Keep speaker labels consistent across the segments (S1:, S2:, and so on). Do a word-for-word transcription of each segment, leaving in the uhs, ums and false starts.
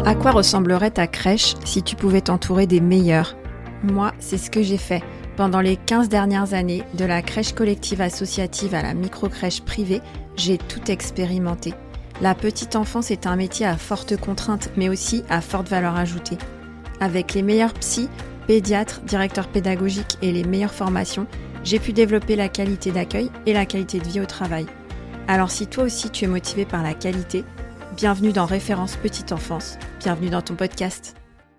S1: À quoi ressemblerait ta crèche si tu pouvais t'entourer des meilleurs ? Moi, c'est ce que j'ai fait. Pendant les quinze dernières années, de la crèche collective associative à la micro-crèche privée, j'ai tout expérimenté. La petite enfance est un métier à forte contrainte, mais aussi à forte valeur ajoutée. Avec les meilleurs psys, pédiatres, directeurs pédagogiques et les meilleures formations, j'ai pu développer la qualité d'accueil et la qualité de vie au travail. Alors si toi aussi tu es motivé par la qualité, bienvenue dans Référence Petite Enfance, bienvenue dans ton podcast.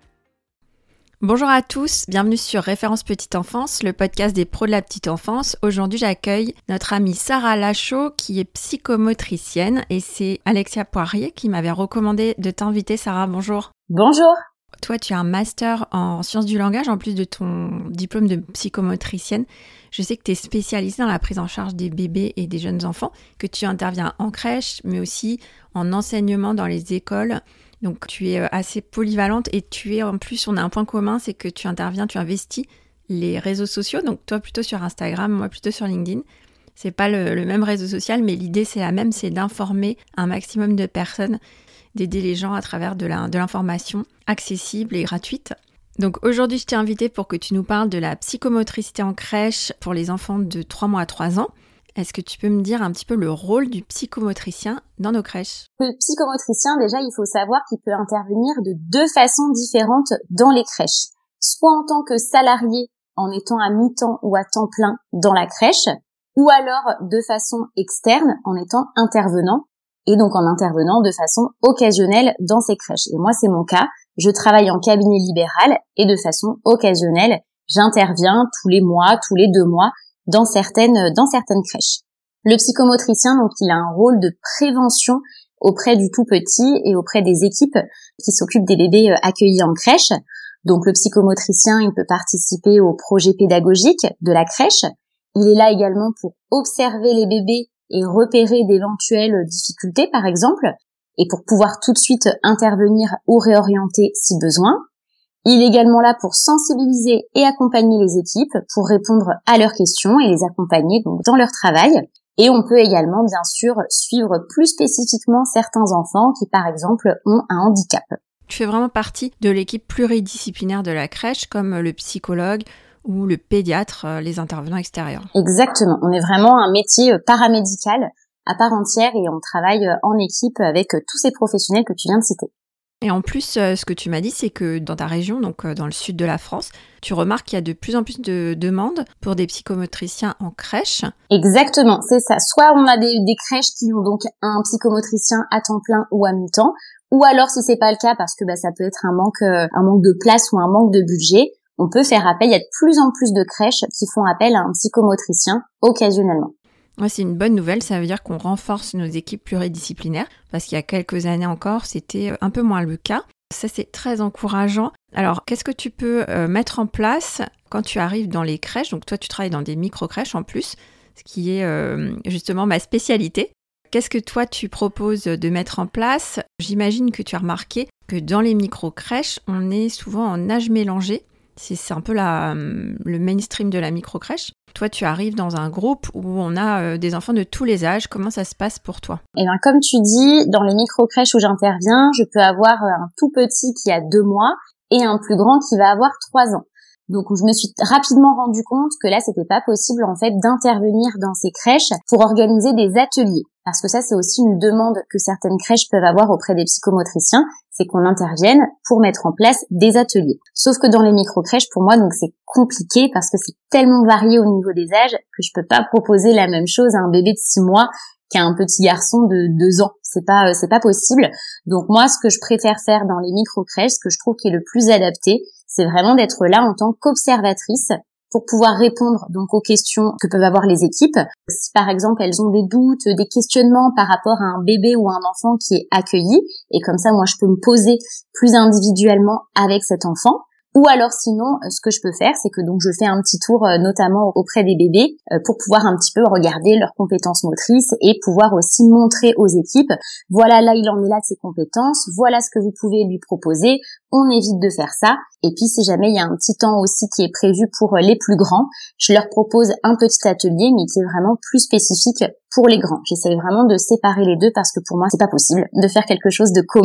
S1: Bonjour à tous, bienvenue sur Référence Petite Enfance, le podcast des pros de la petite enfance. Aujourd'hui j'accueille notre amie Sarah Lachaud qui est psychomotricienne et c'est Alexia Poirier qui m'avait recommandé de t'inviter. Sarah, bonjour.
S2: Bonjour.
S1: Toi, tu as un master en sciences du langage en plus de ton diplôme de psychomotricienne. Je sais que tu es spécialisée dans la prise en charge des bébés et des jeunes enfants, que tu interviens en crèche, mais aussi en enseignement dans les écoles. Donc, tu es assez polyvalente et tu es en plus, on a un point commun, c'est que tu interviens, tu investis les réseaux sociaux. Donc, toi plutôt sur Instagram, moi plutôt sur LinkedIn. C'est pas le, le même réseau social, mais l'idée c'est la même, c'est d'informer un maximum de personnes, d'aider les gens à travers de, la, de l'information accessible et gratuite. Donc aujourd'hui, je t'ai invité pour que tu nous parles de la psychomotricité en crèche pour les enfants de trois mois à trois ans. Est-ce que tu peux me dire un petit peu le rôle du psychomotricien dans nos crèches ?
S2: Le psychomotricien, déjà, il faut savoir qu'il peut intervenir de deux façons différentes dans les crèches. Soit en tant que salarié, en étant à mi-temps ou à temps plein dans la crèche, ou alors de façon externe, en étant intervenant, et donc en intervenant de façon occasionnelle dans ces crèches. Et moi, c'est mon cas. Je travaille en cabinet libéral et de façon occasionnelle, j'interviens tous les mois, tous les deux mois dans certaines dans certaines crèches. Le psychomotricien, donc, il a un rôle de prévention auprès du tout petit et auprès des équipes qui s'occupent des bébés accueillis en crèche. Donc, le psychomotricien, il peut participer au projet pédagogique de la crèche. Il est là également pour observer les bébés et repérer d'éventuelles difficultés, par exemple, et pour pouvoir tout de suite intervenir ou réorienter si besoin. Il est également là pour sensibiliser et accompagner les équipes, pour répondre à leurs questions et les accompagner donc dans leur travail. Et on peut également, bien sûr, suivre plus spécifiquement certains enfants qui, par exemple, ont un handicap.
S1: Tu fais vraiment partie de l'équipe pluridisciplinaire de la crèche, comme le psychologue ou le pédiatre, les intervenants extérieurs.
S2: Exactement. On est vraiment un métier paramédical à part entière et on travaille en équipe avec tous ces professionnels que tu viens de citer.
S1: Et en plus, ce que tu m'as dit, c'est que dans ta région, donc dans le sud de la France, tu remarques qu'il y a de plus en plus de demandes pour des psychomotriciens en crèche.
S2: Exactement, c'est ça. Soit on a des, des crèches qui ont donc un psychomotricien à temps plein ou à mi-temps, ou alors si c'est pas le cas, parce que bah, ça peut être un manque, euh, un manque de place ou un manque de budget, on peut faire appel. Il y a de plus en plus de crèches qui font appel à un psychomotricien occasionnellement.
S1: Ouais, c'est une bonne nouvelle, ça veut dire qu'on renforce nos équipes pluridisciplinaires, parce qu'il y a quelques années encore, c'était un peu moins le cas. Ça, c'est très encourageant. Alors, qu'est-ce que tu peux euh, mettre en place quand tu arrives dans les crèches ? Donc toi, tu travailles dans des micro-crèches en plus, ce qui est euh, justement ma spécialité. Qu'est-ce que toi, tu proposes de mettre en place ? J'imagine que tu as remarqué que dans les micro-crèches, on est souvent en âge mélangé. C'est, c'est un peu la, le mainstream de la micro-crèche. Toi, tu arrives dans un groupe où on a euh, des enfants de tous les âges. Comment ça se passe pour toi ?
S2: Eh bien, comme tu dis, dans les micro-crèches où j'interviens, je peux avoir un tout petit qui a deux mois et un plus grand qui va avoir trois ans. Donc, je me suis rapidement rendu compte que là, c'était pas possible, en fait, d'intervenir dans ces crèches pour organiser des ateliers. Parce que ça, c'est aussi une demande que certaines crèches peuvent avoir auprès des psychomotriciens, c'est qu'on intervienne pour mettre en place des ateliers. Sauf que dans les micro-crèches, pour moi, donc, c'est compliqué parce que c'est tellement varié au niveau des âges que je peux pas proposer la même chose à un bébé de six mois qu'à un petit garçon de deux ans. C'est pas, c'est pas possible. Donc, moi, ce que je préfère faire dans les micro-crèches, ce que je trouve qui est le plus adapté, c'est vraiment d'être là en tant qu'observatrice pour pouvoir répondre donc aux questions que peuvent avoir les équipes. Si par exemple elles ont des doutes, des questionnements par rapport à un bébé ou à un enfant qui est accueilli, et comme ça moi je peux me poser plus individuellement avec cet enfant. Ou alors sinon, ce que je peux faire, c'est que donc je fais un petit tour euh, notamment auprès des bébés euh, pour pouvoir un petit peu regarder leurs compétences motrices et pouvoir aussi montrer aux équipes, voilà, là il en est là de ses compétences, voilà ce que vous pouvez lui proposer, on évite de faire ça. Et puis si jamais il y a un petit temps aussi qui est prévu pour les plus grands, je leur propose un petit atelier mais qui est vraiment plus spécifique pour les grands. J'essaye vraiment de séparer les deux parce que pour moi c'est pas possible de faire quelque chose de commun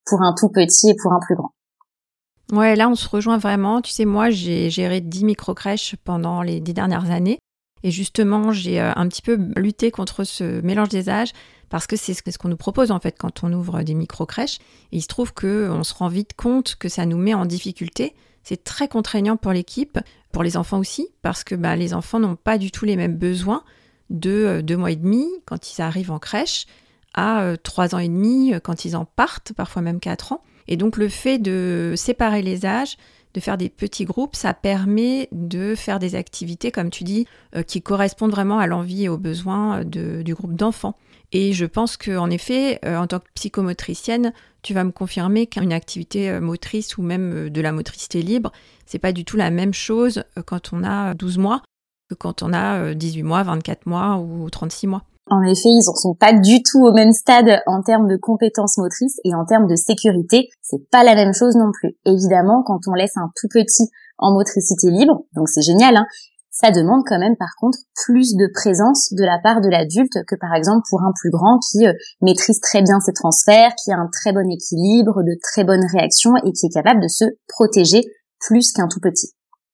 S2: pour un tout petit et pour un plus grand.
S1: Ouais, là, on se rejoint vraiment. Tu sais, moi, j'ai géré dix micro-crèches pendant les dix dernières années. Et justement, j'ai un petit peu lutté contre ce mélange des âges parce que c'est ce qu'on nous propose en fait quand on ouvre des micro-crèches. Et il se trouve qu'on se rend vite compte que ça nous met en difficulté. C'est très contraignant pour l'équipe, pour les enfants aussi, parce que bah, les enfants n'ont pas du tout les mêmes besoins de deux mois et demi quand ils arrivent en crèche à euh, trois ans et demi quand ils en partent, parfois même quatre ans. Et donc le fait de séparer les âges, de faire des petits groupes, ça permet de faire des activités, comme tu dis, euh, qui correspondent vraiment à l'envie et aux besoins de, du groupe d'enfants. Et je pense qu'en effet, euh, en tant que psychomotricienne, tu vas me confirmer qu'une activité motrice ou même de la motricité libre, c'est pas du tout la même chose quand on a douze mois que quand on a dix-huit mois, vingt-quatre mois ou trente-six mois.
S2: En effet, ils ne sont pas du tout au même stade en termes de compétences motrices et en termes de sécurité, c'est pas la même chose non plus. Évidemment, quand on laisse un tout petit en motricité libre, donc c'est génial, hein, ça demande quand même par contre plus de présence de la part de l'adulte que par exemple pour un plus grand qui euh, maîtrise très bien ses transferts, qui a un très bon équilibre, de très bonnes réactions et qui est capable de se protéger plus qu'un tout petit.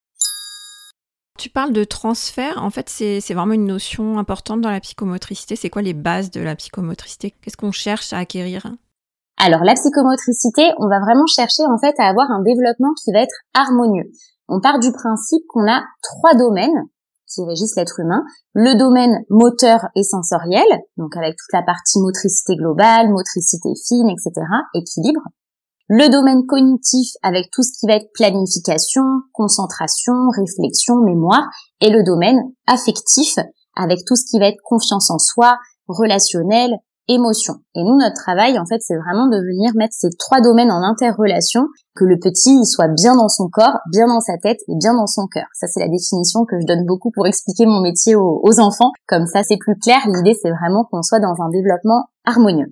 S1: Tu parles de transfert, en fait c'est, c'est vraiment une notion importante dans la psychomotricité. C'est quoi les bases de la psychomotricité ? Qu'est-ce qu'on cherche à acquérir ?
S2: Alors la psychomotricité, on va vraiment chercher en fait à avoir un développement qui va être harmonieux. On part du principe qu'on a trois domaines qui régissent l'être humain. Le domaine moteur et sensoriel, donc avec toute la partie motricité globale, motricité fine, et cetera, équilibre. Le domaine cognitif avec tout ce qui va être planification, concentration, réflexion, mémoire. Et le domaine affectif avec tout ce qui va être confiance en soi, relationnel, émotion. Et nous, notre travail, en fait, c'est vraiment de venir mettre ces trois domaines en interrelation, que le petit il soit bien dans son corps, bien dans sa tête et bien dans son cœur. Ça, c'est la définition que je donne beaucoup pour expliquer mon métier aux, aux enfants. Comme ça, c'est plus clair. L'idée, c'est vraiment qu'on soit dans un développement harmonieux.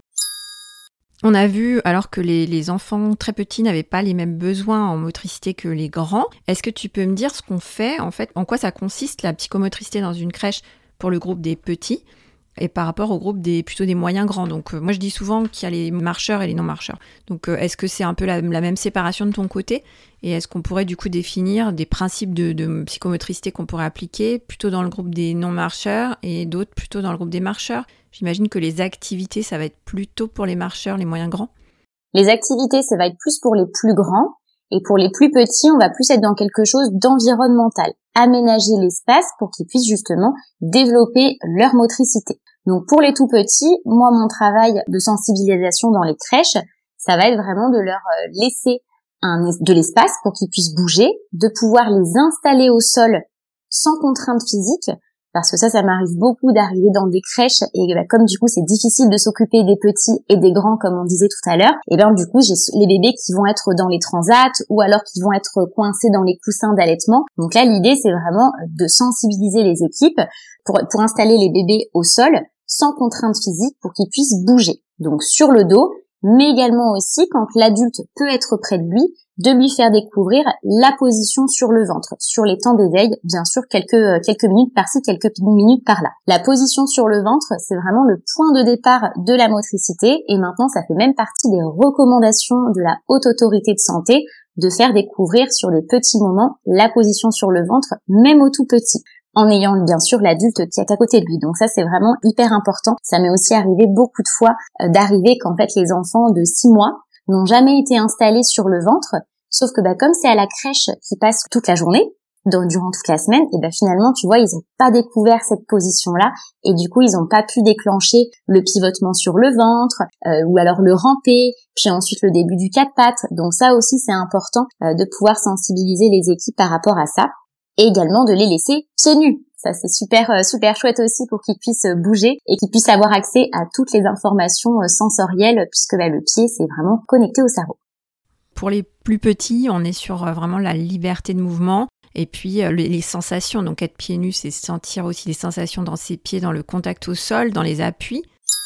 S1: On a vu, alors que les, les enfants très petits n'avaient pas les mêmes besoins en motricité que les grands, est-ce que tu peux me dire ce qu'on fait, en fait, en quoi ça consiste la psychomotricité dans une crèche pour le groupe des petits et par rapport au groupe des plutôt des moyens grands. Donc euh, moi je dis souvent qu'il y a les marcheurs et les non-marcheurs. Donc euh, est-ce que c'est un peu la, la même séparation de ton côté ? Et est-ce qu'on pourrait du coup définir des principes de, de psychomotricité qu'on pourrait appliquer plutôt dans le groupe des non-marcheurs et d'autres plutôt dans le groupe des marcheurs ? J'imagine que les activités, ça va être plutôt pour les marcheurs, les moyens grands.
S2: Les activités, ça va être plus pour les plus grands. Et pour les plus petits, on va plus être dans quelque chose d'environnemental. Aménager l'espace pour qu'ils puissent justement développer leur motricité. Donc pour les tout petits, moi mon travail de sensibilisation dans les crèches, ça va être vraiment de leur laisser un, de l'espace pour qu'ils puissent bouger, de pouvoir les installer au sol sans contrainte physique. Parce que ça, ça m'arrive beaucoup d'arriver dans des crèches et bah, comme du coup c'est difficile de s'occuper des petits et des grands comme on disait tout à l'heure, et bien du coup j'ai les bébés qui vont être dans les transats ou alors qui vont être coincés dans les coussins d'allaitement. Donc là l'idée c'est vraiment de sensibiliser les équipes pour, pour installer les bébés au sol sans contrainte physique pour qu'ils puissent bouger. Donc sur le dos, mais également aussi quand l'adulte peut être près de lui, de lui faire découvrir la position sur le ventre, sur les temps d'éveil, bien sûr quelques quelques minutes par-ci, quelques minutes par-là. La position sur le ventre, c'est vraiment le point de départ de la motricité et maintenant ça fait même partie des recommandations de la Haute Autorité de Santé de faire découvrir sur des petits moments la position sur le ventre, même au tout petit, en ayant bien sûr l'adulte qui est à côté de lui. Donc ça c'est vraiment hyper important. Ça m'est aussi arrivé beaucoup de fois euh, d'arriver qu'en fait les enfants de six mois n'ont jamais été installés sur le ventre, sauf que bah comme c'est à la crèche qui passe toute la journée, donc durant toute la semaine, et bah finalement tu vois ils ont pas découvert cette position-là et du coup ils ont pas pu déclencher le pivotement sur le ventre euh, ou alors le ramper, puis ensuite le début du quatre pattes. Donc ça aussi c'est important euh, de pouvoir sensibiliser les équipes par rapport à ça et également de les laisser pieds nus. Ça c'est super euh, super chouette aussi pour qu'ils puissent bouger et qu'ils puissent avoir accès à toutes les informations euh, sensorielles puisque bah, le pied c'est vraiment connecté au cerveau.
S1: Pour les plus petits, on est sur euh, vraiment la liberté de mouvement et puis euh, les, les sensations. Donc être pieds nus, c'est sentir aussi les sensations dans ses pieds, dans le contact au sol, dans les appuis.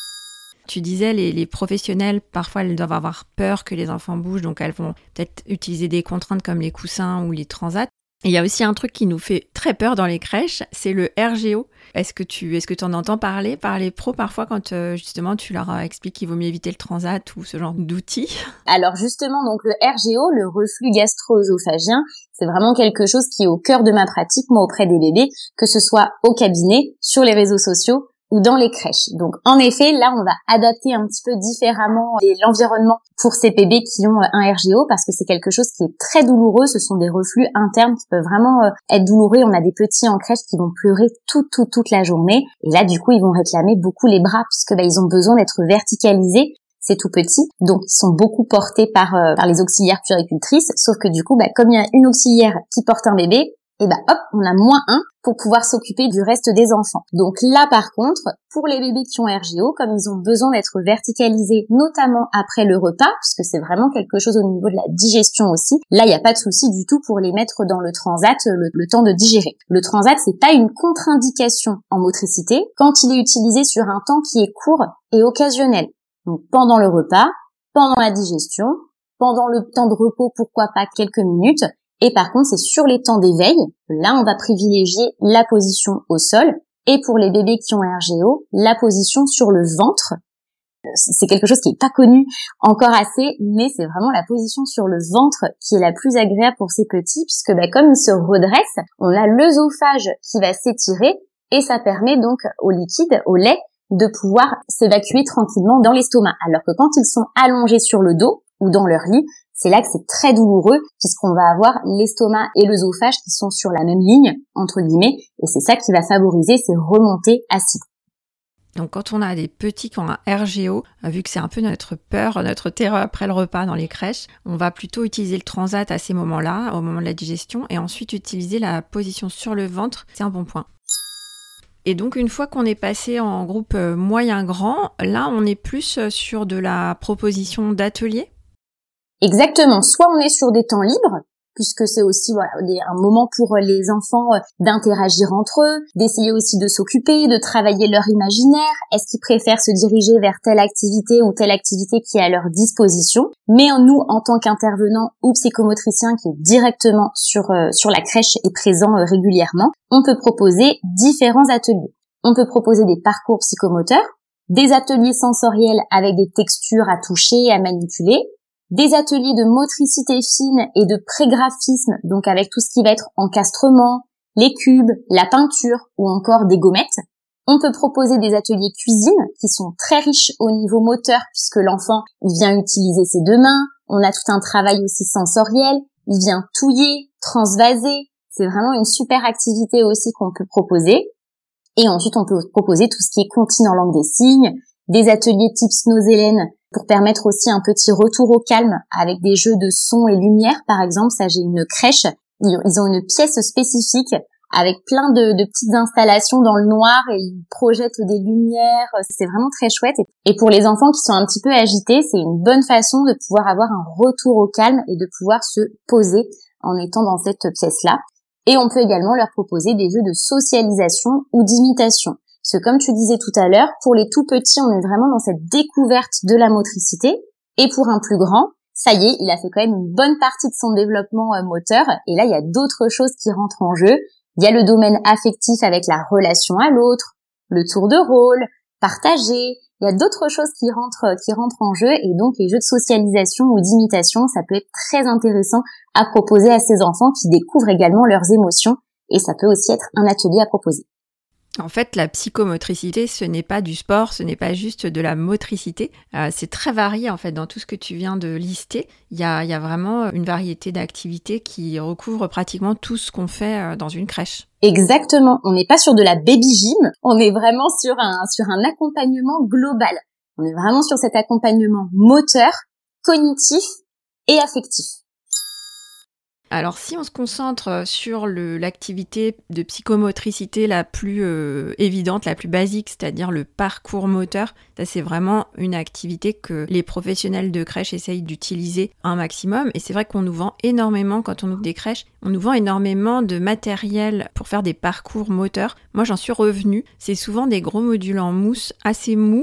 S1: Tu disais, les, les professionnels, parfois, elles doivent avoir peur que les enfants bougent, donc elles vont peut-être utiliser des contraintes comme les coussins ou les transats. Et il y a aussi un truc qui nous fait très peur dans les crèches, c'est le R G O. Est-ce que tu est-ce que tu en entends parler par les pros parfois quand euh, justement tu leur expliques qu'il vaut mieux éviter le transat ou ce genre d'outils?
S2: Alors justement, donc le R G O, le reflux gastro-œsophagien, c'est vraiment quelque chose qui est au cœur de ma pratique, moi, auprès des bébés, que ce soit au cabinet, sur les réseaux sociaux ou dans les crèches. Donc en effet, là, on va adapter un petit peu différemment l'environnement pour ces bébés qui ont un R G O, parce que c'est quelque chose qui est très douloureux. Ce sont des reflux internes qui peuvent vraiment être douloureux. On a des petits en crèche qui vont pleurer toute toute toute la journée, et là, du coup, ils vont réclamer beaucoup les bras, puisque bah, ils ont besoin d'être verticalisés. C'est tout petit, donc ils sont beaucoup portés par euh, par les auxiliaires puéricultrices, sauf que du coup, bah, comme il y a une auxiliaire qui porte un bébé, et bah hop, on a moins un pour pouvoir s'occuper du reste des enfants. Donc là, par contre, pour les bébés qui ont R G O, comme ils ont besoin d'être verticalisés, notamment après le repas, puisque c'est vraiment quelque chose au niveau de la digestion aussi, là, il n'y a pas de souci du tout pour les mettre dans le transat le, le temps de digérer. Le transat, c'est pas une contre-indication en motricité quand il est utilisé sur un temps qui est court et occasionnel. Donc pendant le repas, pendant la digestion, pendant le temps de repos, pourquoi pas quelques minutes. Et par contre, c'est sur les temps d'éveil. Là, on va privilégier la position au sol. Et pour les bébés qui ont un R G O, la position sur le ventre. C'est quelque chose qui n'est pas connu encore assez, mais c'est vraiment la position sur le ventre qui est la plus agréable pour ces petits, puisque bah, comme ils se redressent, on a l'œsophage qui va s'étirer, et ça permet donc au liquide, au lait, de pouvoir s'évacuer tranquillement dans l'estomac. Alors que quand ils sont allongés sur le dos ou dans leur lit, c'est là que c'est très douloureux, puisqu'on va avoir l'estomac et l'œsophage qui sont sur la même ligne, entre guillemets, et c'est ça qui va favoriser ces remontées acides.
S1: Donc quand on a des petits qui ont un R G O, vu que c'est un peu notre peur, notre terreur après le repas dans les crèches, on va plutôt utiliser le transat à ces moments-là, au moment de la digestion, et ensuite utiliser la position sur le ventre, c'est un bon point. Et donc, une fois qu'on est passé en groupe moyen-grand, là, on est plus sur de la proposition d'atelier?
S2: Exactement. Soit on est sur des temps libres, puisque c'est aussi voilà un moment pour les enfants d'interagir entre eux, d'essayer aussi de s'occuper, de travailler leur imaginaire. Est-ce qu'ils préfèrent se diriger vers telle activité ou telle activité qui est à leur disposition? Mais nous, en tant qu'intervenants ou psychomotriciens qui est directement sur euh, sur la crèche et présent euh, régulièrement, on peut proposer différents ateliers. On peut proposer des parcours psychomoteurs, des ateliers sensoriels avec des textures à toucher et à manipuler, des ateliers de motricité fine et de prégraphisme, donc avec tout ce qui va être encastrement, les cubes, la peinture ou encore des gommettes. On peut proposer des ateliers cuisine qui sont très riches au niveau moteur, puisque l'enfant il vient utiliser ses deux mains. On a tout un travail aussi sensoriel, il vient touiller, transvaser. C'est vraiment une super activité aussi qu'on peut proposer. Et ensuite, on peut proposer tout ce qui est contine en langue des signes, des ateliers type Snozelen pour permettre aussi un petit retour au calme avec des jeux de son et lumière, par exemple. Ça, j'ai une crèche, ils ont une pièce spécifique avec plein de, de petites installations dans le noir et ils projettent des lumières. C'est vraiment très chouette. Et pour les enfants qui sont un petit peu agités, c'est une bonne façon de pouvoir avoir un retour au calme et de pouvoir se poser en étant dans cette pièce-là. Et on peut également leur proposer des jeux de socialisation ou d'imitation. Parce que comme tu disais tout à l'heure, pour les tout petits, on est vraiment dans cette découverte de la motricité. Et pour un plus grand, ça y est, il a fait quand même une bonne partie de son développement euh, moteur. Et là, il y a d'autres choses qui rentrent en jeu. Il y a le domaine affectif avec la relation à l'autre, le tour de rôle, partager. Il y a d'autres choses qui rentrent, qui rentrent en jeu. Et donc, les jeux de socialisation ou d'imitation, ça peut être très intéressant à proposer à ces enfants qui découvrent également leurs émotions. Et ça peut aussi être un atelier à proposer.
S1: En fait, la psychomotricité, ce n'est pas du sport, ce n'est pas juste de la motricité. Euh, c'est très varié, en fait, dans tout ce que tu viens de lister. Il y a, il y a vraiment une variété d'activités qui recouvrent pratiquement tout ce qu'on fait dans une crèche.
S2: Exactement. On n'est pas sur de la baby gym, on est vraiment sur un, sur un accompagnement global. On est vraiment sur cet accompagnement moteur, cognitif et affectif.
S1: Alors, si on se concentre sur le, l'activité de psychomotricité la plus euh, évidente, la plus basique, c'est-à-dire le parcours moteur, ça c'est vraiment une activité que les professionnels de crèche essayent d'utiliser un maximum. Et c'est vrai qu'on nous vend énormément, quand on ouvre des crèches, on nous vend énormément de matériel pour faire des parcours moteurs. Moi, j'en suis revenue. C'est souvent des gros modules en mousse assez mous,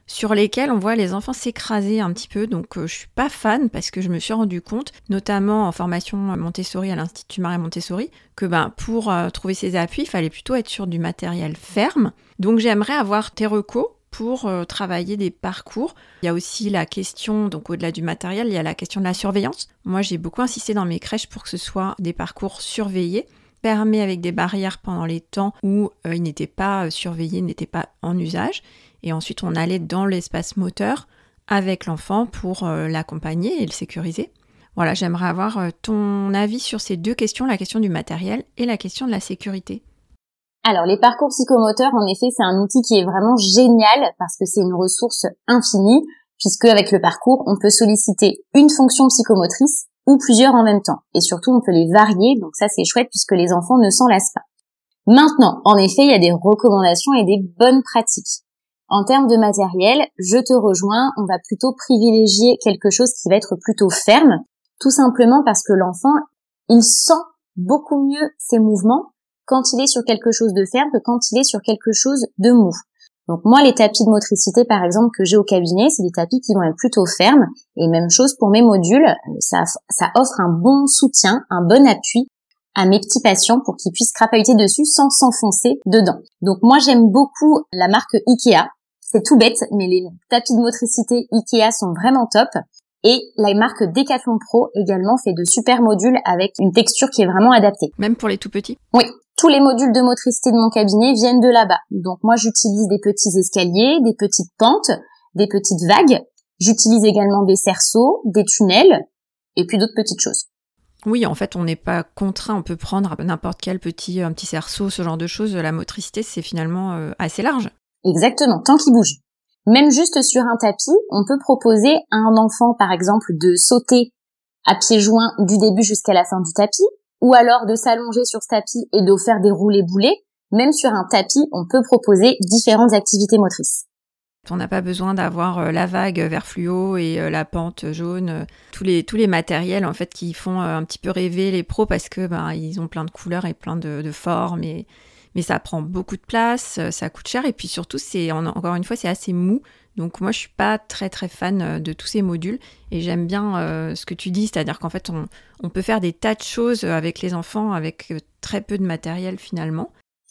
S1: sur lesquels on voit les enfants s'écraser un petit peu. Donc, euh, je suis pas fan parce que je me suis rendu compte, notamment en formation Montessori à l'Institut Maria Montessori, que ben, pour euh, trouver ces appuis, il fallait plutôt être sur du matériel ferme. Donc, j'aimerais avoir tes recos pour euh, travailler des parcours. Il y a aussi la question, donc au-delà du matériel, il y a la question de la surveillance. Moi, j'ai beaucoup insisté dans mes crèches pour que ce soit des parcours surveillés, permis avec des barrières pendant les temps où euh, ils n'étaient pas surveillés, n'étaient pas en usage. Et ensuite, on allait dans l'espace moteur avec l'enfant pour euh, l'accompagner et le sécuriser. Voilà, j'aimerais avoir euh, ton avis sur ces deux questions, la question du matériel et la question de la sécurité.
S2: Alors, les parcours psychomoteurs, en effet, c'est un outil qui est vraiment génial parce que c'est une ressource infinie, puisque avec le parcours, on peut solliciter une fonction psychomotrice ou plusieurs en même temps. Et surtout, on peut les varier, donc ça, c'est chouette puisque les enfants ne s'en lassent pas. Maintenant, en effet, il y a des recommandations et des bonnes pratiques. En termes de matériel, je te rejoins, on va plutôt privilégier quelque chose qui va être plutôt ferme, tout simplement parce que l'enfant, il sent beaucoup mieux ses mouvements quand il est sur quelque chose de ferme que quand il est sur quelque chose de mou. Donc moi, les tapis de motricité, par exemple, que j'ai au cabinet, c'est des tapis qui vont être plutôt fermes, et même chose pour mes modules, ça, ça offre un bon soutien, un bon appui à mes petits patients pour qu'ils puissent crapahuter dessus sans s'enfoncer dedans. Donc moi, j'aime beaucoup la marque Ikea. C'est tout bête, mais les tapis de motricité Ikea sont vraiment top. Et la marque Decathlon Pro également fait de super modules avec une texture qui est vraiment adaptée.
S1: Même pour les tout petits ?
S2: Oui, tous les modules de motricité de mon cabinet viennent de là-bas. Donc moi, j'utilise des petits escaliers, des petites pentes, des petites vagues. J'utilise également des cerceaux, des tunnels et puis d'autres petites choses.
S1: Oui, en fait, on n'est pas contraint, on peut prendre n'importe quel petit, un petit cerceau, ce genre de choses. La motricité, c'est finalement euh, assez large.
S2: Exactement, tant qu'il bouge. Même juste sur un tapis, on peut proposer à un enfant, par exemple, de sauter à pieds joints du début jusqu'à la fin du tapis, ou alors de s'allonger sur ce tapis et de faire des roulés-boulés. Même sur un tapis, on peut proposer différentes activités motrices.
S1: On n'a pas besoin d'avoir la vague vert fluo et la pente jaune, tous les tous les matériels en fait qui font un petit peu rêver les pros parce que ben ils ont plein de couleurs et plein de, de formes et mais ça prend beaucoup de place, ça coûte cher et puis surtout c'est encore une fois c'est assez mou. Donc moi je suis pas très très fan de tous ces modules et j'aime bien euh, ce que tu dis, c'est-à-dire qu'en fait on on peut faire des tas de choses avec les enfants avec très peu de matériel finalement.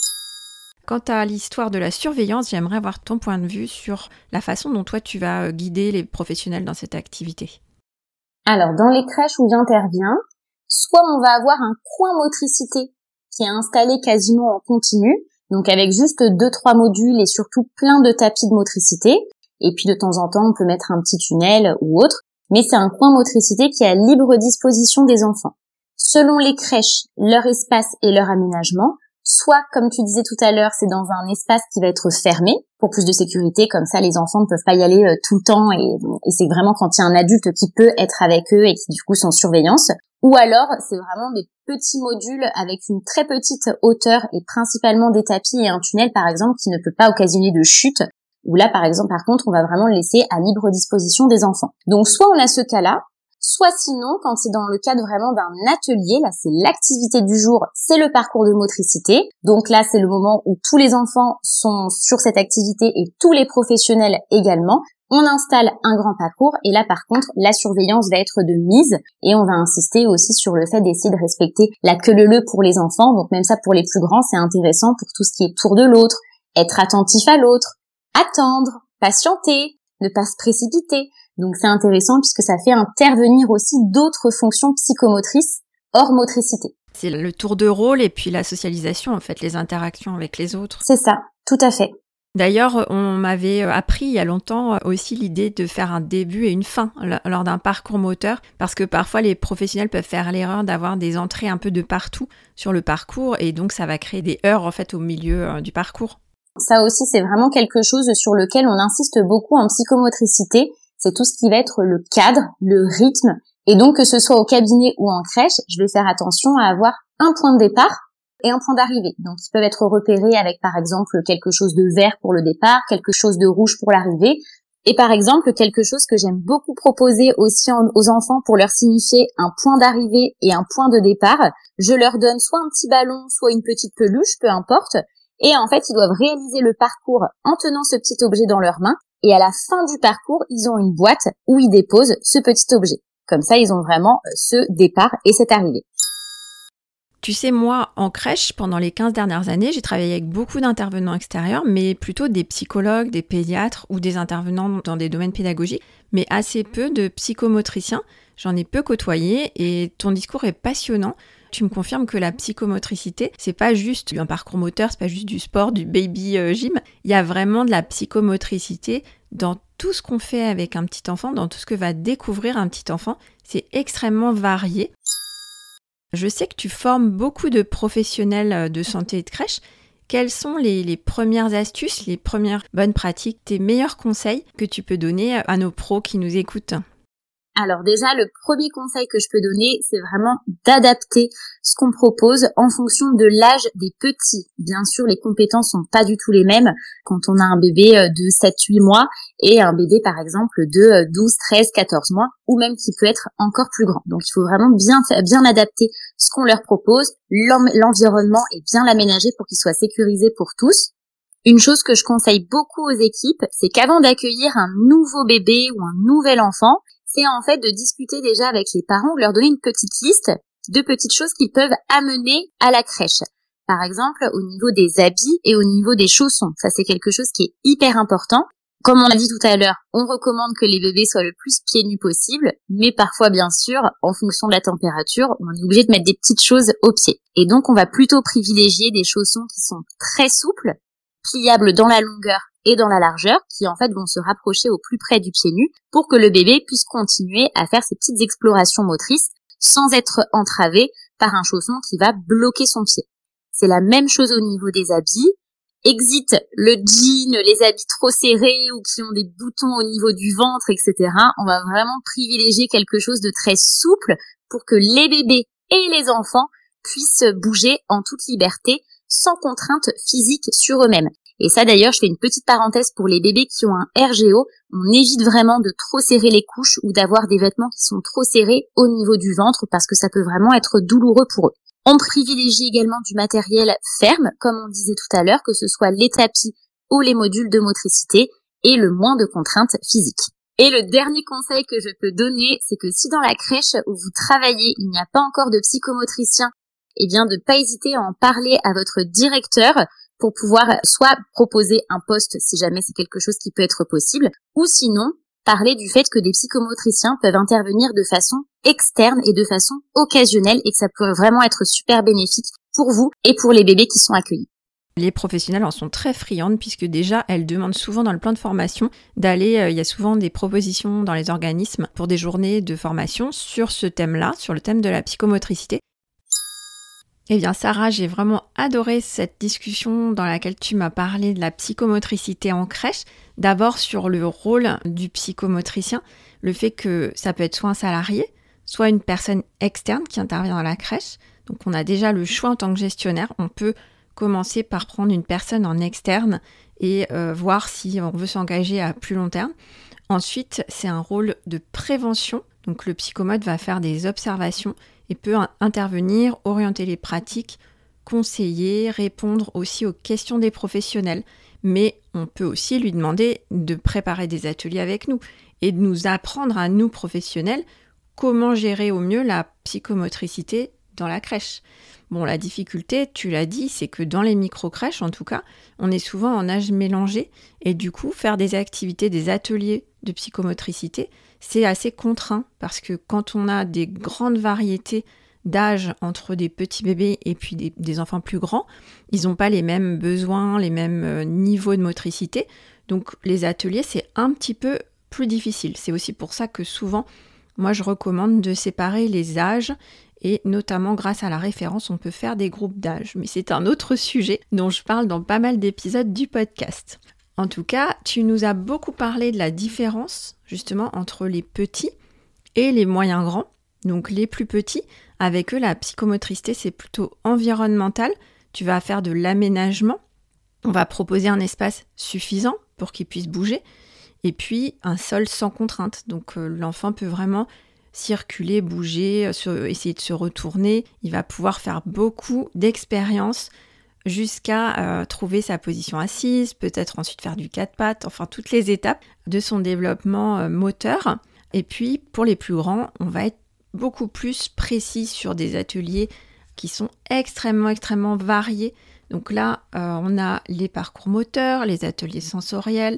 S1: Quant à l'histoire de la surveillance, j'aimerais avoir ton point de vue sur la façon dont toi tu vas guider les professionnels dans cette activité.
S2: Alors, dans les crèches où j'interviens, soit on va avoir un coin motricité qui est installé quasiment en continu, donc avec juste deux, trois modules et surtout plein de tapis de motricité. Et puis de temps en temps, on peut mettre un petit tunnel ou autre, mais c'est un coin motricité qui est à libre disposition des enfants. Selon les crèches, leur espace et leur aménagement, soit, comme tu disais tout à l'heure, c'est dans un espace qui va être fermé pour plus de sécurité, comme ça les enfants ne peuvent pas y aller euh, tout le temps et, et c'est vraiment quand il y a un adulte qui peut être avec eux et qui du coup sont en surveillance. Ou alors, c'est vraiment des petits modules avec une très petite hauteur et principalement des tapis et un tunnel par exemple qui ne peut pas occasionner de chute. Où là, par exemple, par contre, on va vraiment le laisser à libre disposition des enfants. Donc, soit on a ce cas-là, soit sinon, quand c'est dans le cadre vraiment d'un atelier, là c'est l'activité du jour, c'est le parcours de motricité. Donc là, c'est le moment où tous les enfants sont sur cette activité et tous les professionnels également. On installe un grand parcours et là par contre, la surveillance va être de mise et on va insister aussi sur le fait d'essayer de respecter la queue leu leu pour les enfants. Donc même ça pour les plus grands, c'est intéressant pour tout ce qui est tour de l'autre, être attentif à l'autre, attendre, patienter, ne pas se précipiter. Donc c'est intéressant puisque ça fait intervenir aussi d'autres fonctions psychomotrices hors motricité.
S1: C'est le tour de rôle et puis la socialisation en fait, les interactions avec les autres.
S2: C'est ça, tout à fait.
S1: D'ailleurs, on m'avait appris il y a longtemps aussi l'idée de faire un début et une fin lors d'un parcours moteur parce que parfois les professionnels peuvent faire l'erreur d'avoir des entrées un peu de partout sur le parcours et donc ça va créer des heurts en fait au milieu du parcours.
S2: Ça aussi, c'est vraiment quelque chose sur lequel on insiste beaucoup en psychomotricité. C'est tout ce qui va être le cadre, le rythme. Et donc, que ce soit au cabinet ou en crèche, je vais faire attention à avoir un point de départ et un point d'arrivée. Donc, ils peuvent être repérés avec, par exemple, quelque chose de vert pour le départ, quelque chose de rouge pour l'arrivée. Et par exemple, quelque chose que j'aime beaucoup proposer aussi aux enfants pour leur signifier un point d'arrivée et un point de départ, je leur donne soit un petit ballon, soit une petite peluche, peu importe. Et en fait, ils doivent réaliser le parcours en tenant ce petit objet dans leurs mains. et à la fin du parcours, ils ont une boîte où ils déposent ce petit objet. Comme ça, ils ont vraiment ce départ et cette arrivée.
S1: Tu sais, moi, en crèche, pendant les quinze dernières années, j'ai travaillé avec beaucoup d'intervenants extérieurs, mais plutôt des psychologues, des pédiatres ou des intervenants dans des domaines pédagogiques, mais assez peu de psychomotriciens. J'en ai peu côtoyé et ton discours est passionnant. Tu me confirmes que la psychomotricité, c'est pas juste un parcours moteur, c'est pas juste du sport, du baby gym. Il y a vraiment de la psychomotricité dans tout ce qu'on fait avec un petit enfant, dans tout ce que va découvrir un petit enfant. C'est extrêmement varié. Je sais que tu formes beaucoup de professionnels de santé et de crèche. Quelles sont les, les premières astuces, les premières bonnes pratiques, tes meilleurs conseils que tu peux donner à nos pros qui nous écoutent ?
S2: Alors déjà, le premier conseil que je peux donner, c'est vraiment d'adapter ce qu'on propose en fonction de l'âge des petits. Bien sûr, les compétences sont pas du tout les mêmes quand on a un bébé de sept huit mois et un bébé par exemple de douze, treize, quatorze mois ou même qui peut être encore plus grand. Donc il faut vraiment bien bien adapter ce qu'on leur propose, l'environnement et bien l'aménager pour qu'il soit sécurisé pour tous. Une chose que je conseille beaucoup aux équipes, c'est qu'avant d'accueillir un nouveau bébé ou un nouvel enfant, c'est en fait de discuter déjà avec les parents, de leur donner une petite liste de petites choses qu'ils peuvent amener à la crèche. Par exemple, au niveau des habits et au niveau des chaussons. Ça, c'est quelque chose qui est hyper important. Comme on a dit tout à l'heure, on recommande que les bébés soient le plus pieds nus possible, mais parfois, bien sûr, en fonction de la température, on est obligé de mettre des petites choses aux pieds. Et donc, on va plutôt privilégier des chaussons qui sont très souples, pliables dans la longueur et dans la largeur, qui en fait vont se rapprocher au plus près du pied nu pour que le bébé puisse continuer à faire ses petites explorations motrices sans être entravé par un chausson qui va bloquer son pied. C'est la même chose au niveau des habits. Exit le jean, les habits trop serrés ou qui ont des boutons au niveau du ventre, et cetera. On va vraiment privilégier quelque chose de très souple pour que les bébés et les enfants puissent bouger en toute liberté sans contrainte physique sur eux-mêmes. Et ça d'ailleurs, je fais une petite parenthèse pour les bébés qui ont un R G O. On évite vraiment de trop serrer les couches ou d'avoir des vêtements qui sont trop serrés au niveau du ventre parce que ça peut vraiment être douloureux pour eux. On privilégie également du matériel ferme, comme on disait tout à l'heure, que ce soit les tapis ou les modules de motricité et le moins de contraintes physiques. Et le dernier conseil que je peux donner, c'est que si dans la crèche où vous travaillez, il n'y a pas encore de psychomotricien, eh bien de ne pas hésiter à en parler à votre directeur pour pouvoir soit proposer un poste si jamais c'est quelque chose qui peut être possible, ou sinon parler du fait que des psychomotriciens peuvent intervenir de façon externe et de façon occasionnelle et que ça peut vraiment être super bénéfique pour vous et pour les bébés qui sont accueillis.
S1: Les professionnels en sont très friandes puisque déjà elles demandent souvent dans le plan de formation d'aller, euh, il y a souvent des propositions dans les organismes pour des journées de formation sur ce thème-là, sur le thème de la psychomotricité. Eh bien Sarah, j'ai vraiment adoré cette discussion dans laquelle tu m'as parlé de la psychomotricité en crèche. D'abord sur le rôle du psychomotricien, le fait que ça peut être soit un salarié, soit une personne externe qui intervient dans la crèche. Donc on a déjà le choix en tant que gestionnaire, on peut commencer par prendre une personne en externe et euh, voir si on veut s'engager à plus long terme. Ensuite, c'est un rôle de prévention. Donc le psychomote va faire des observations et peut intervenir, orienter les pratiques, conseiller, répondre aussi aux questions des professionnels. Mais on peut aussi lui demander de préparer des ateliers avec nous et de nous apprendre à nous professionnels comment gérer au mieux la psychomotricité dans la crèche. Bon, la difficulté, tu l'as dit, c'est que dans les micro-crèches, en tout cas, on est souvent en âge mélangé et du coup, faire des activités, des ateliers de psychomotricité, c'est assez contraint parce que quand on a des grandes variétés d'âge entre des petits bébés et puis des, des enfants plus grands, ils n'ont pas les mêmes besoins, les mêmes euh, niveaux de motricité. Donc, les ateliers, c'est un petit peu plus difficile. C'est aussi pour ça que souvent, moi, je recommande de séparer les âges et notamment grâce à la référence, on peut faire des groupes d'âge. Mais c'est un autre sujet dont je parle dans pas mal d'épisodes du podcast. En tout cas, tu nous as beaucoup parlé de la différence justement entre les petits et les moyens grands. Donc les plus petits, avec eux, la psychomotricité, c'est plutôt environnemental. Tu vas faire de l'aménagement. On va proposer un espace suffisant pour qu'ils puissent bouger. Et puis un sol sans contrainte. Donc euh, l'enfant peut vraiment circuler, bouger, se, essayer de se retourner. Il va pouvoir faire beaucoup d'expériences jusqu'à euh, trouver sa position assise, peut-être ensuite faire du quatre pattes, enfin toutes les étapes de son développement euh, moteur. Et puis pour les plus grands, on va être beaucoup plus précis sur des ateliers qui sont extrêmement, extrêmement variés. Donc là, euh, on a les parcours moteurs, les ateliers sensoriels,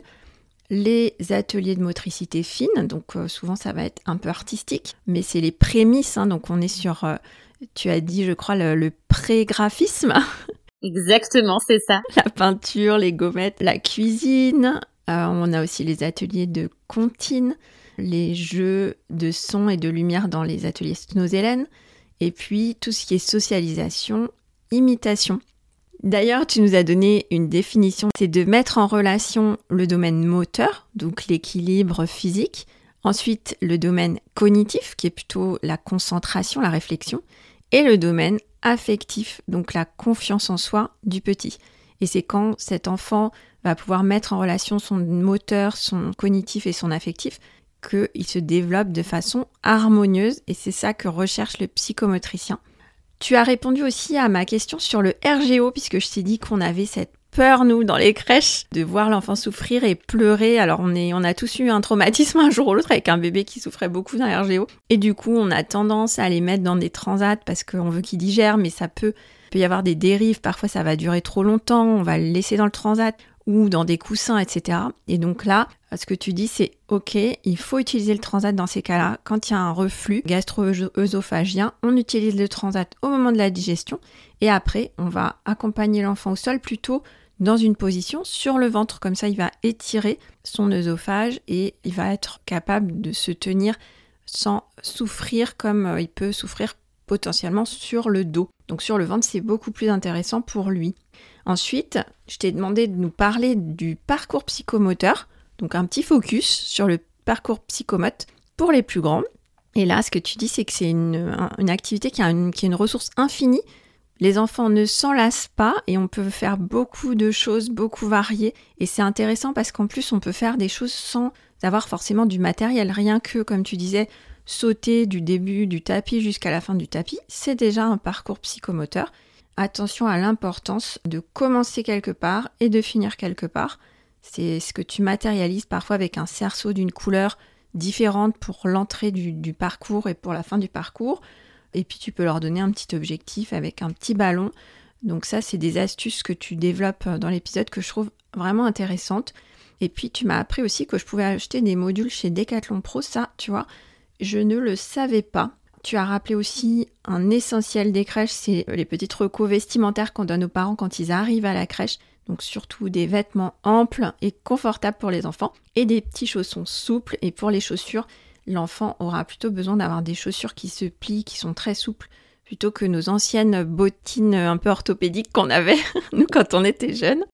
S1: les ateliers de motricité fine. Donc euh, souvent, ça va être un peu artistique, mais c'est les prémices. Hein, donc on est sur, euh, tu as dit, je crois, le, le pré-graphisme.
S2: Exactement, c'est ça.
S1: La peinture, les gommettes, la cuisine. Euh, on a aussi les ateliers de comptine, les jeux de son et de lumière dans les ateliers Snows-Hélène, et puis tout ce qui est socialisation, imitation. D'ailleurs, tu nous as donné une définition, c'est de mettre en relation le domaine moteur, donc l'équilibre physique, ensuite le domaine cognitif, qui est plutôt la concentration, la réflexion, et le domaine affectif, donc la confiance en soi du petit. Et c'est quand cet enfant va pouvoir mettre en relation son moteur, son cognitif et son affectif, qu'il se développe de façon harmonieuse, et c'est ça que recherche le psychomotricien. Tu as répondu aussi à ma question sur le R G O, puisque je t'ai dit qu'on avait cette peur, nous, dans les crèches, de voir l'enfant souffrir et pleurer. Alors, on, est, on a tous eu un traumatisme un jour ou l'autre avec un bébé qui souffrait beaucoup d'un R G O. Et du coup, on a tendance à les mettre dans des transats parce qu'on veut qu'ils digèrent, mais ça peut, peut y avoir des dérives. Parfois, ça va durer trop longtemps, on va le laisser dans le transat ou dans des coussins, et cetera. Et donc là, ce que tu dis, c'est OK, il faut utiliser le transat dans ces cas-là. Quand il y a un reflux gastro-œsophagien, on utilise le transat au moment de la digestion et après, on va accompagner l'enfant au sol plutôt dans une position sur le ventre. Comme ça, il va étirer son œsophage et il va être capable de se tenir sans souffrir comme il peut souffrir potentiellement sur le dos. Donc sur le ventre, c'est beaucoup plus intéressant pour lui. Ensuite, je t'ai demandé de nous parler du parcours psychomoteur, donc un petit focus sur le parcours psychomote pour les plus grands. Et là, ce que tu dis, c'est que c'est une, une activité qui a une, qui est une ressource infinie. Les enfants ne s'en lassent pas et on peut faire beaucoup de choses, beaucoup variées. Et c'est intéressant parce qu'en plus, on peut faire des choses sans avoir forcément du matériel. Rien que, comme tu disais, sauter du début du tapis jusqu'à la fin du tapis, c'est déjà un parcours psychomoteur. Attention à l'importance de commencer quelque part et de finir quelque part. C'est ce que tu matérialises parfois avec un cerceau d'une couleur différente pour l'entrée du, du parcours et pour la fin du parcours. Et puis tu peux leur donner un petit objectif avec un petit ballon. Donc ça, c'est des astuces que tu développes dans l'épisode que je trouve vraiment intéressantes. Et puis tu m'as appris aussi que je pouvais acheter des modules chez Decathlon Pro. Ça, tu vois, je ne le savais pas. Tu as rappelé aussi un essentiel des crèches, c'est les petites recos vestimentaires qu'on donne aux parents quand ils arrivent à la crèche. Donc surtout des vêtements amples et confortables pour les enfants et des petits chaussons souples. Et pour les chaussures, l'enfant aura plutôt besoin d'avoir des chaussures qui se plient, qui sont très souples, plutôt que nos anciennes bottines un peu orthopédiques qu'on avait, nous, quand on était jeunes.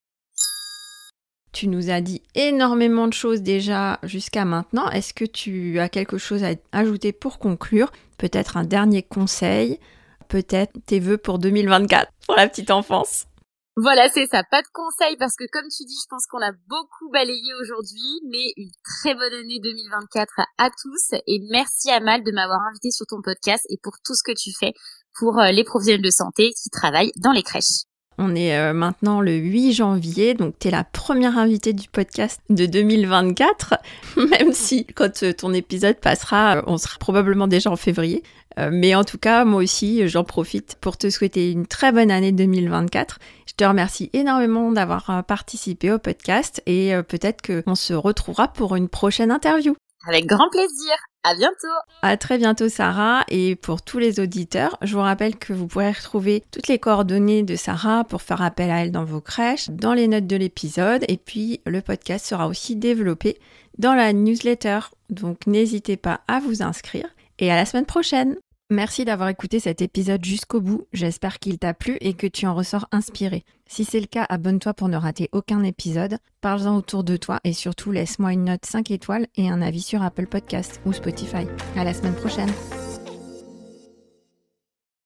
S1: Tu nous as dit énormément de choses déjà jusqu'à maintenant. Est-ce que tu as quelque chose à ajouter pour conclure ? Peut-être un dernier conseil, peut-être tes vœux pour deux mille vingt-quatre, pour la petite enfance.
S2: Voilà, c'est ça. Pas de conseils parce que comme tu dis, je pense qu'on a beaucoup balayé aujourd'hui, mais une très bonne année deux mille vingt-quatre à tous. Et merci Amal de m'avoir invité sur ton podcast et pour tout ce que tu fais pour les professionnels de santé qui travaillent dans les crèches.
S1: On est euh, maintenant le huit janvier, donc tu es la première invitée du podcast de deux mille vingt-quatre, même si quand euh, ton épisode passera, euh, on sera probablement déjà en février. Euh, mais en tout cas, moi aussi, j'en profite pour te souhaiter une très bonne année deux mille vingt-quatre. Je te remercie énormément d'avoir euh, participé au podcast et euh, peut-être qu'on se retrouvera pour une prochaine interview.
S2: Avec grand plaisir. À bientôt.
S1: À très bientôt Sarah, et pour tous les auditeurs, je vous rappelle que vous pourrez retrouver toutes les coordonnées de Sarah pour faire appel à elle dans vos crèches, dans les notes de l'épisode, et puis le podcast sera aussi développé dans la newsletter, donc n'hésitez pas à vous inscrire, et à la semaine prochaine. Merci d'avoir écouté cet épisode jusqu'au bout, j'espère qu'il t'a plu et que tu en ressors inspiré. Si c'est le cas, abonne-toi pour ne rater aucun épisode, parle-en autour de toi et surtout laisse-moi une note cinq étoiles et un avis sur Apple Podcasts ou Spotify. À la semaine prochaine.